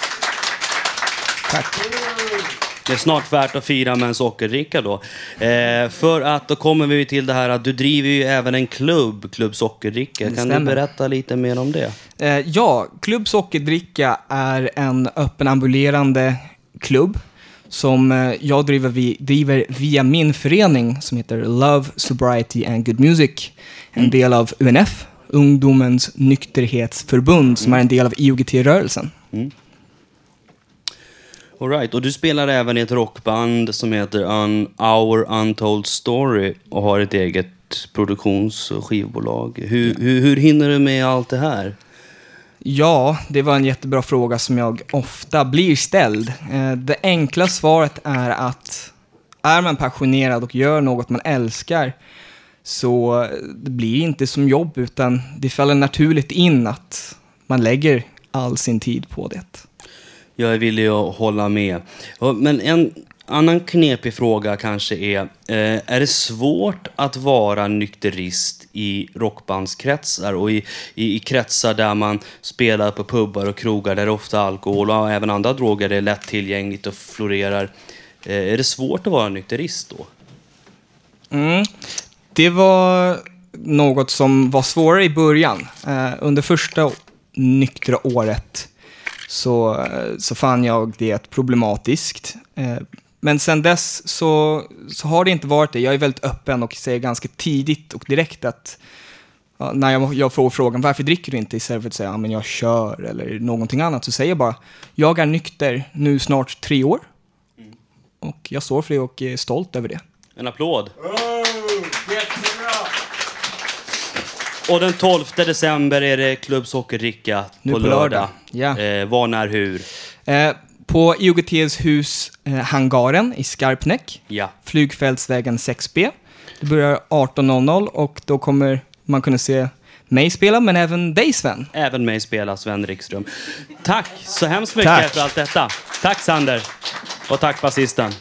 Tack. Det är snart värt att fira med en sockerdricka då. Eh, för att då kommer vi till det här att du driver ju även en klubb, Klubb Sockerdricka. Kan stämmer. Du berätta lite mer om det? Eh, ja, Klubb Sockerdricka är en öppen ambulerande klubb som eh, jag driver, vi, driver via min förening som heter Love, Sobriety and Good Music. En mm. del av U N F, Ungdomens nykterhetsförbund, mm. som är en del av I O G T-rörelsen. Mm. All right. Och du spelar även i ett rockband som heter Un- Our Untold Story och har ett eget produktions- och skivbolag. Hur, hur, hur hinner du med allt det här? Ja, det var en jättebra fråga som jag ofta blir ställd. Det enkla svaret är att är man passionerad och gör något man älskar, så det blir inte som jobb, utan det faller naturligt in att man lägger all sin tid på det. Jag vill ju hålla med. Men en annan knepig fråga kanske är, eh, är det svårt att vara nykterist i rockbandskretsar och i, i, i kretsar där man spelar på pubbar och krogar där det ofta alkohol och även andra droger är lätt tillgängligt och florerar. Eh, är det svårt att vara nykterist då? Mm. Det var något som var svårare i början. Eh, under första nyktra året så, så fann jag det problematiskt. Eh, men sen dess så, så har det inte varit det. Jag är väldigt öppen och säger ganska tidigt och direkt att ja, när jag, jag får frågan varför dricker du inte, istället för att säga ja, men jag kör eller någonting annat, så säger jag bara jag är nykter nu snart tre år. Mm. Och jag står för det och är stolt över det. En applåd. Och den tolfte december är det Klubb Sockerdricka på, nu på lördag. lördag. Ja. Eh, var, när, hur? Eh, på I O G T:s hus eh, Hangaren i Skarpnäck. Ja. Flygfältsvägen sex B. Det börjar arton noll noll och då kommer man kunna se mig spela, men även dig, Sven. Även mig spela, Sven Rikström. Tack så hemskt mycket tack. för allt detta. Tack Sander. Och tack basisten.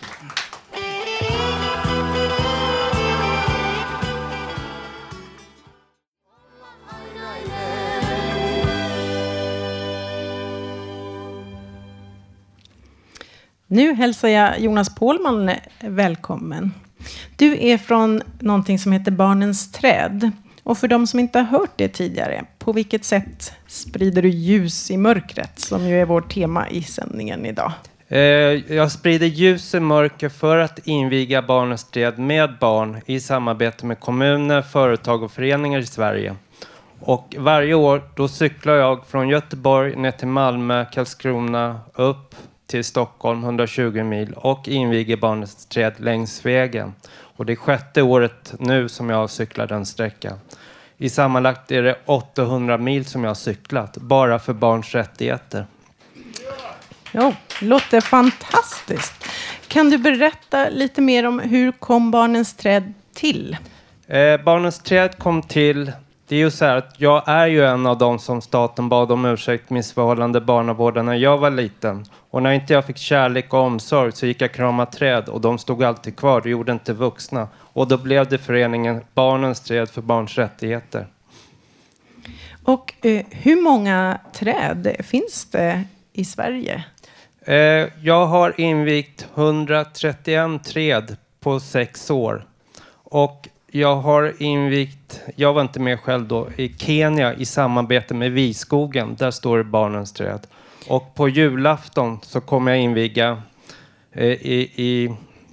Nu hälsar jag Jonas Pålman välkommen. Du är från någonting som heter Barnens träd. Och för de som inte har hört det tidigare, på vilket sätt sprider du ljus i mörkret, som ju är vårt tema i sändningen idag? Jag sprider ljus i mörker för att inviga Barnens träd med barn i samarbete med kommuner, företag och föreningar i Sverige. Och varje år då cyklar jag från Göteborg ner till Malmö, Karlskrona, upp till Stockholm, hundratjugo mil, och inviger Barnens träd längs vägen. Och det är sjätte året nu som jag cyklar den sträckan. I sammanlagt är det åttahundra mil som jag har cyklat, bara för barns rättigheter. Ja, låter fantastiskt. Kan du berätta lite mer om hur kom Barnens träd till? Eh, Barnens träd kom till... Det är ju så här att jag är ju en av dem som staten bad om ursäkt missförhållande barnavården när jag var liten. Och när inte jag fick kärlek och omsorg så gick jag krama träd och de stod alltid kvar, det gjorde inte vuxna. Och då blev det föreningen Barnens träd för barns rättigheter. Och eh, hur många träd finns det i Sverige? Eh, jag har invigt hundratrettioett träd på sex år. Och jag har invigt, jag var inte med själv då, i Kenya i samarbete med Viskogen. Där står det Barnens träd. Och på julafton så kommer jag inviga eh, i, i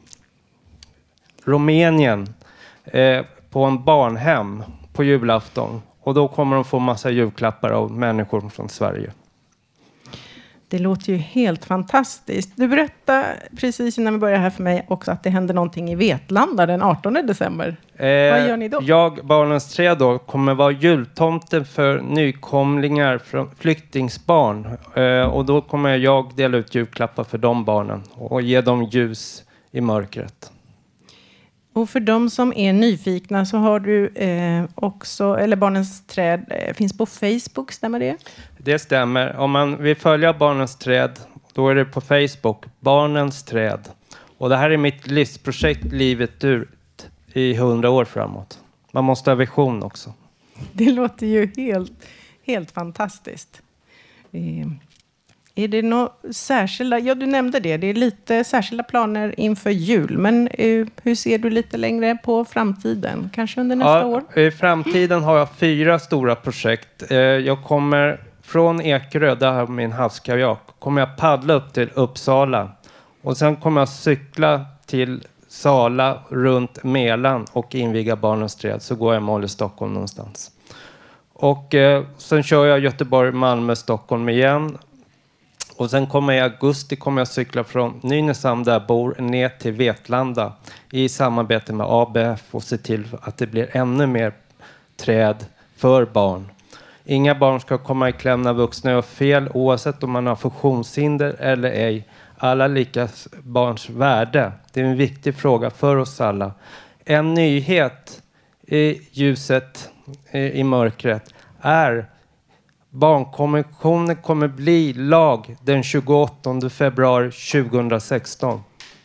Rumänien eh, på en barnhem på julafton. Och då kommer de få massa julklappar av människor från Sverige. Det låter ju helt fantastiskt. Du berättade precis innan vi började här för mig också att det hände någonting i Vetlanda den artonde december. Eh, Vad gör ni då? Jag, Barnens träd då, kommer vara jultomten för nykomlingar från flyktingsbarn. Eh, och då kommer jag dela ut julklappar för de barnen och ge dem ljus i mörkret. Och för de som är nyfikna så har du eh, också, eller Barnens träd eh, finns på Facebook, stämmer det? Det stämmer. Om man vill följa Barnens träd, då är det på Facebook, Barnens träd. Och det här är mitt livsprojekt, livet ut i hundra år framåt. Man måste ha vision också. Det låter ju helt, helt fantastiskt. Eh, är det några särskilda, ja du nämnde det, det är lite särskilda planer inför jul. Men eh, hur ser du lite längre på framtiden? Kanske under nästa ja, år? I framtiden har jag fyra stora projekt. Eh, jag kommer från Ekerö, där har min havskajak, kommer jag paddla upp till Uppsala Och sen kommer jag cykla till Sala runt Melan och inviga Barnens träd, så går jag mål i Stockholm någonstans. Och eh, sen kör jag Göteborg, Malmö, Stockholm igen. Och sen kommer jag i augusti kommer jag cykla från Nynäshamn där jag bor ner till Vetlanda i samarbete med A B F och se till att det blir ännu mer träd för barn. Inga barn ska komma i kläm när vuxna gör fel oavsett om man har funktionshinder eller ej. Alla lika barns värde. Det är en viktig fråga för oss alla. En nyhet i ljuset i mörkret är barnkonventionen kommer bli lag den tjugoåttonde februari tjugohundrasexton.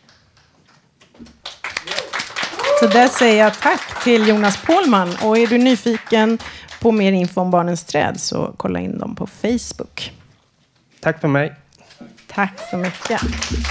Så där säger jag tack till Jonas Pålman. Och är du nyfiken på mer info om Barnens träd så kolla in dem på Facebook. Tack för mig. Tack så mycket.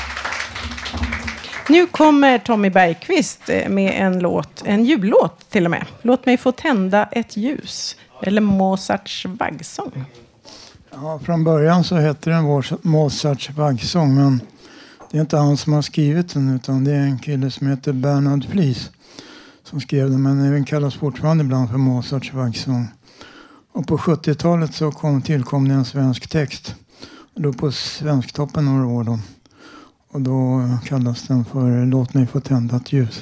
Nu kommer Tommy Bergqvist med en låt, en jullåt till och med. Låt mig få tända ett ljus. Eller Mozarts vaggsång. Ja, från början så heter den Mozarts vaggsång, men det är inte han som har skrivit den utan det är en kille som heter Bernhard Flies som skrev den, men den kallas fortfarande ibland för Mozarts vaggsång. Och på sjuttiotalet så kom, tillkom det en svensk text. Då på Svensktoppen några år då. Och då kallas den för Låt mig få tända ett ljus.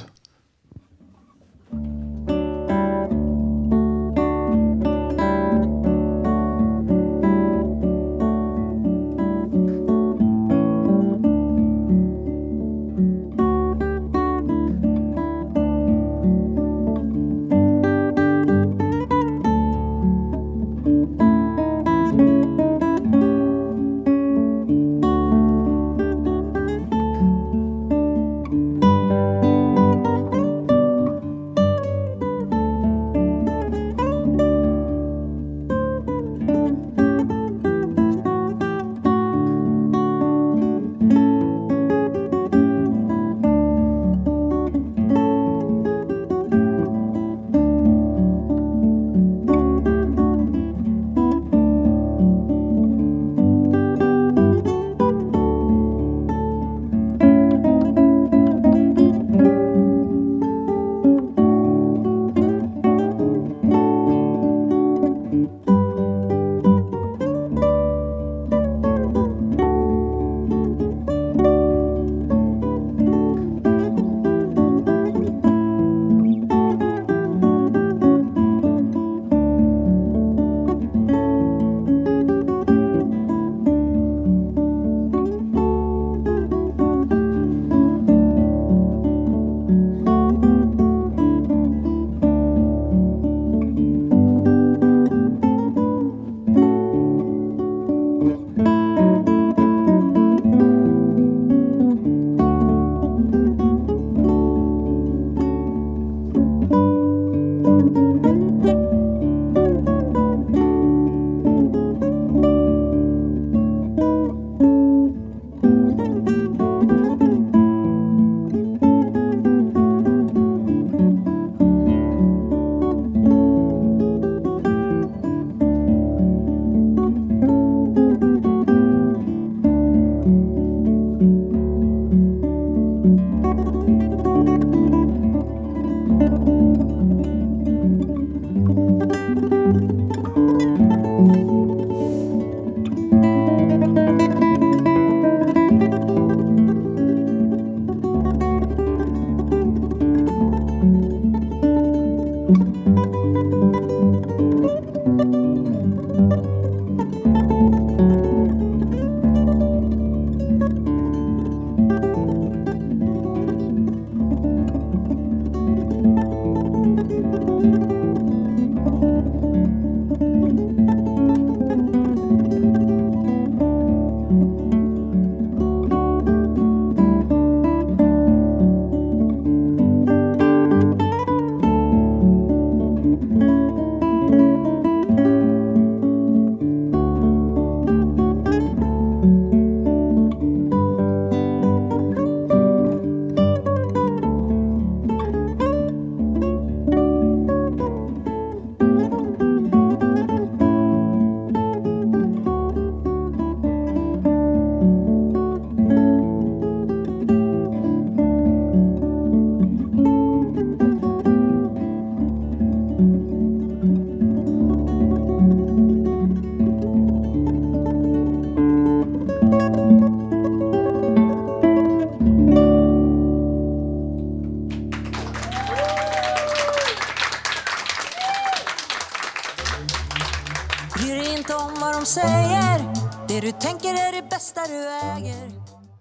säger. Det du tänker är det bästa du äger.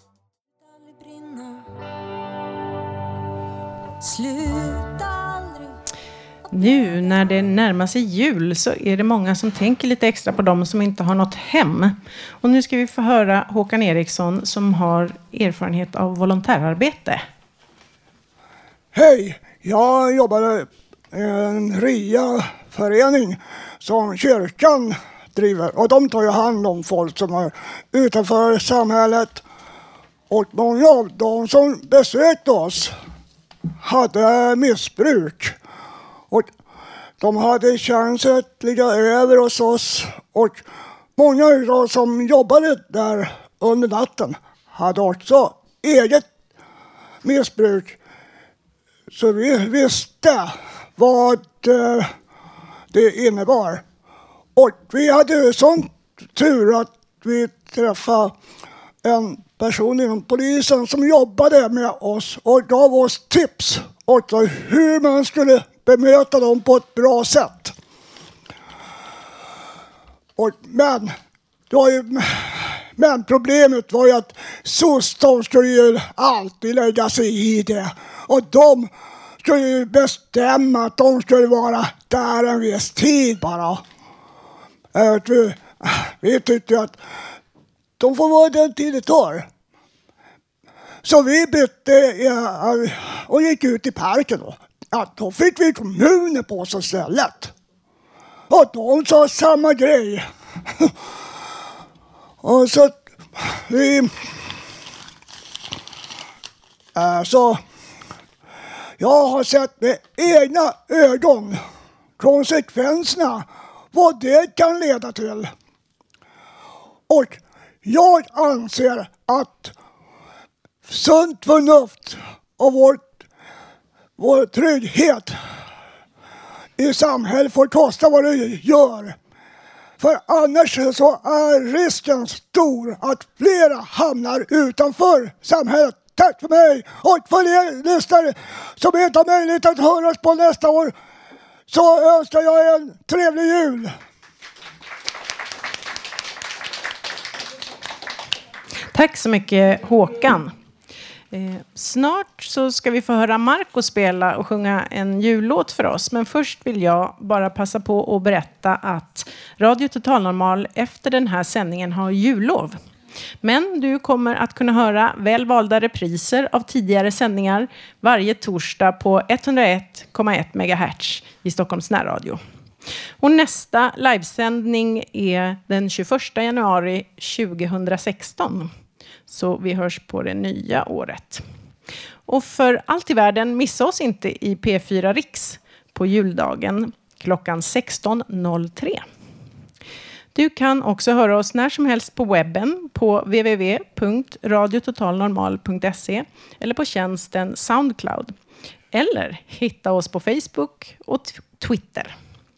Sluta aldrig. Nu när det närmar sig jul så är det många som tänker lite extra på dem som inte har något hem. Och nu ska vi få höra Håkan Eriksson som har erfarenhet av volontärarbete. Hej, jag jobbade i en R I A-förening som kyrkan driver. Och de tar ju hand om folk som är utanför samhället. Och många av de som besökte oss hade missbruk. Och de hade chansen att ligga över hos oss. Och många av de som jobbade där under natten hade också eget missbruk. Så vi visste vad det innebar. Och vi hade sån tur att vi träffade en person inom polisen som jobbade med oss och gav oss tips också hur man skulle bemöta dem på ett bra sätt. Och, men, det var ju, men problemet var ju att S O S de skulle ju alltid lägga sig i det. Och de skulle ju bestämma att de skulle vara där en viss tid bara. Vi, vi tyckte att de får vara den tid det tar. Så vi bytte ja, och gick ut i parken då. Ja, då fick vi kommunen på oss istället. Och de sa samma grej. Och så vi... Alltså, jag har sett med egna ögon konsekvenserna, vad det kan leda till. Och jag anser att sunt förnuft och vårt, vår trygghet i samhället får kosta vad det gör. För annars så är risken stor att flera hamnar utanför samhället. Tack för mig och för er lyssnare som inte har möjlighet att höras på nästa år. Så önskar jag en trevlig jul. Tack så mycket Håkan. Eh, snart så ska vi få höra Marco spela och sjunga en jullåt för oss. Men först vill jag bara passa på att berätta att Radio Total Normal efter den här sändningen har jullov. Men du kommer att kunna höra välvalda repriser av tidigare sändningar varje torsdag på etthundraett komma ett megahertz i Stockholms närradio. Och nästa livesändning är den tjugoförsta januari tjugohundrasexton. Så vi hörs på det nya året. Och för allt i världen, missa oss inte i P fyra Riks på juldagen klockan sexton noll tre. Du kan också höra oss när som helst på webben på w w w punkt radio total normal punkt se eller på tjänsten Soundcloud. Eller hitta oss på Facebook och t- Twitter.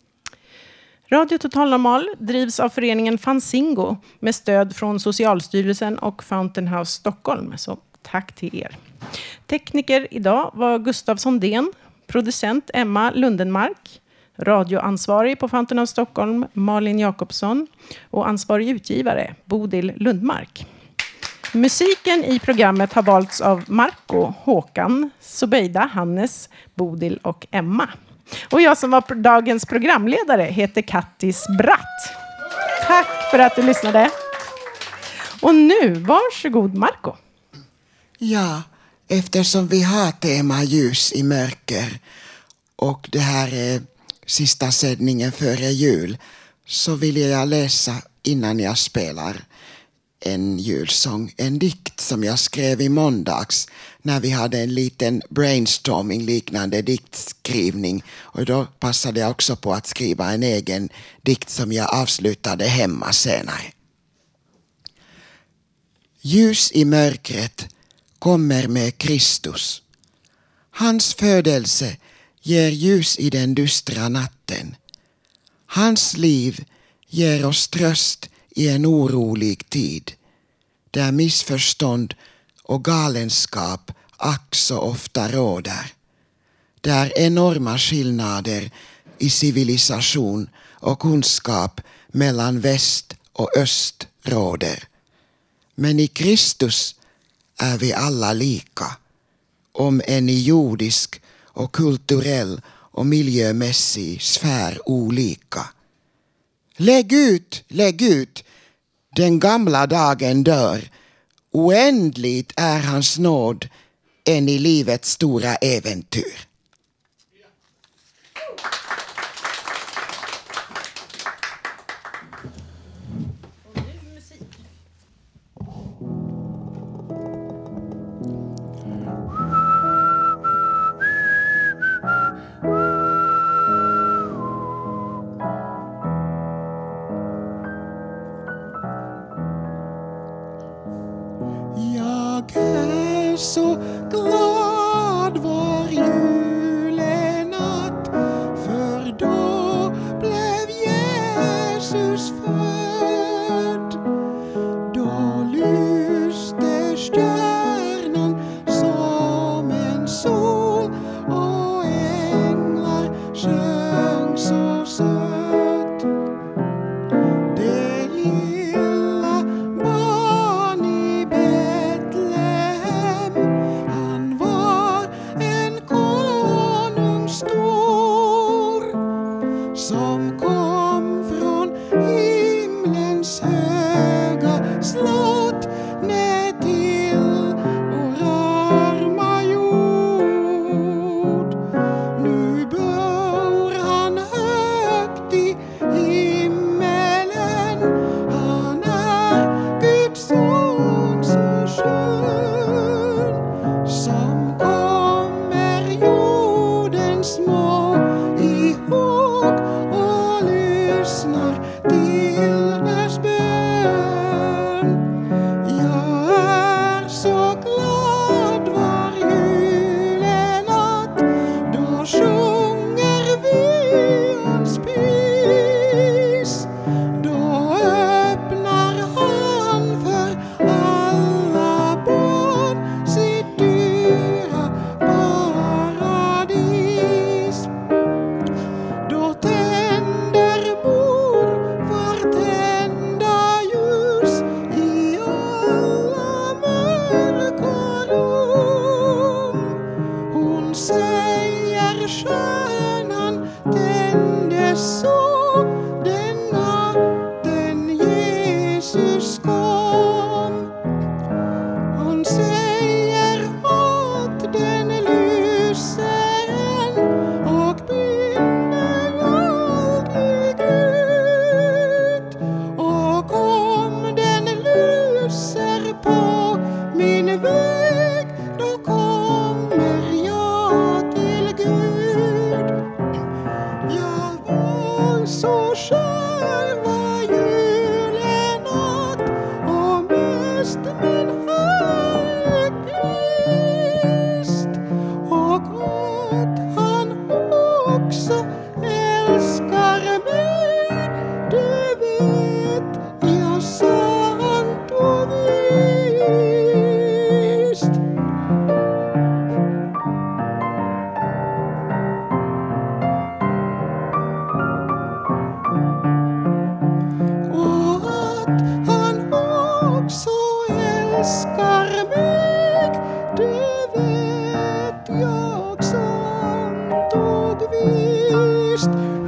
Radio Total Normal drivs av föreningen Fanzingo med stöd från Socialstyrelsen och Fountain House Stockholm. Så tack till er. Tekniker idag var Gustav Sondén, producent Emma Lundenmark, radioansvarig på Fountain House Stockholm Malin Jakobsson och ansvarig utgivare Bodil Lundmark. Musiken i programmet har valts av Marco, Håkan, Sobeida, Hannes, Bodil och Emma. Och jag som var dagens programledare heter Kattis Bratt. Tack för att du lyssnade. Och nu, varsågod Marco. Ja, eftersom vi har tema ljus i mörker och det här är sista sändningen före jul så vill jag läsa innan jag spelar en julsång, en dikt som jag skrev i måndags när vi hade en liten brainstorming liknande diktskrivning och då passade jag också på att skriva en egen dikt som jag avslutade hemma senare. Ljus i mörkret kommer med Kristus. Hans födelse ger ljus i den dystra natten. Hans liv ger oss tröst i en orolig tid, där missförstånd och galenskap ack så ofta råder. Där enorma skillnader i civilisation och kunskap mellan väst och öst råder. Men i Kristus är vi alla lika, om än i jordisk och kulturell och miljömässig sfär olika. Lägg ut, lägg ut, den gamla dagen dör. Oändligt är hans nåd än i livets stora äventyr. Jag är så glad var julenatt, för då blev Jesus född. Då lyste stjärnan som en sol och änglar sjöng så sött. Det lilla barn i Betlehem, han var en konung stor, som kom från himlens höga slott ned till vår arma jord. Nu bor han högt i himmelen, han är Guds son så skön, som kommer jordens små ihåg och lyssnar till dess bön. Jag är så glad var julenatt, då sjunger vi hans pris. Då öppnar han för alla barn sitt dyra paradis. Då tänder mor vartenda ljus i alla mörka rum. Hon säger stjärnan tändes så den natten Jesus kom. Hon säger att den lyser än och binder aldrig ut. Och om den lyser på min väg, då kommer jag till Gud. Jag var så kär var julenatt, och mest min Herre Krist. Och att han också älskar mig, det vet jag sant och visst. Och att han också älskar mig, det vet jag sant och visst.